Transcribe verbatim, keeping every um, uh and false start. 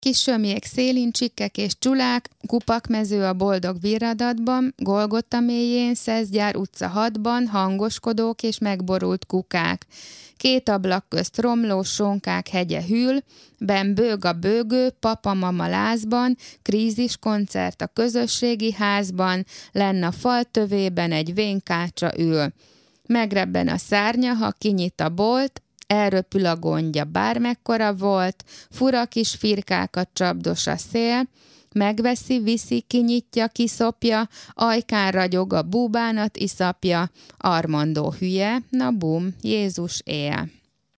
Kis sömjék szélin, csikkek és csulák, kupakmező a boldog virradatban, Golgotta mélyén, Szeszgyár utca hatban, hangoskodók és megborult kukák. Két ablak közt romló sonkák hegye hűl, benn bőg a bőgő, papa-mama lázban, krízis koncert a közösségi házban, lenn a fal tövében egy vénkácsa ül. Megrebben a szárnya, ha kinyit a bolt, elröpül a gondja, bármekkora volt, fura kis firkákat csapdos a szél, megveszi, viszi, kinyitja, kiszopja, ajkán ragyog a búbánat iszapja, Armandó hülye, na bum, Jézus él.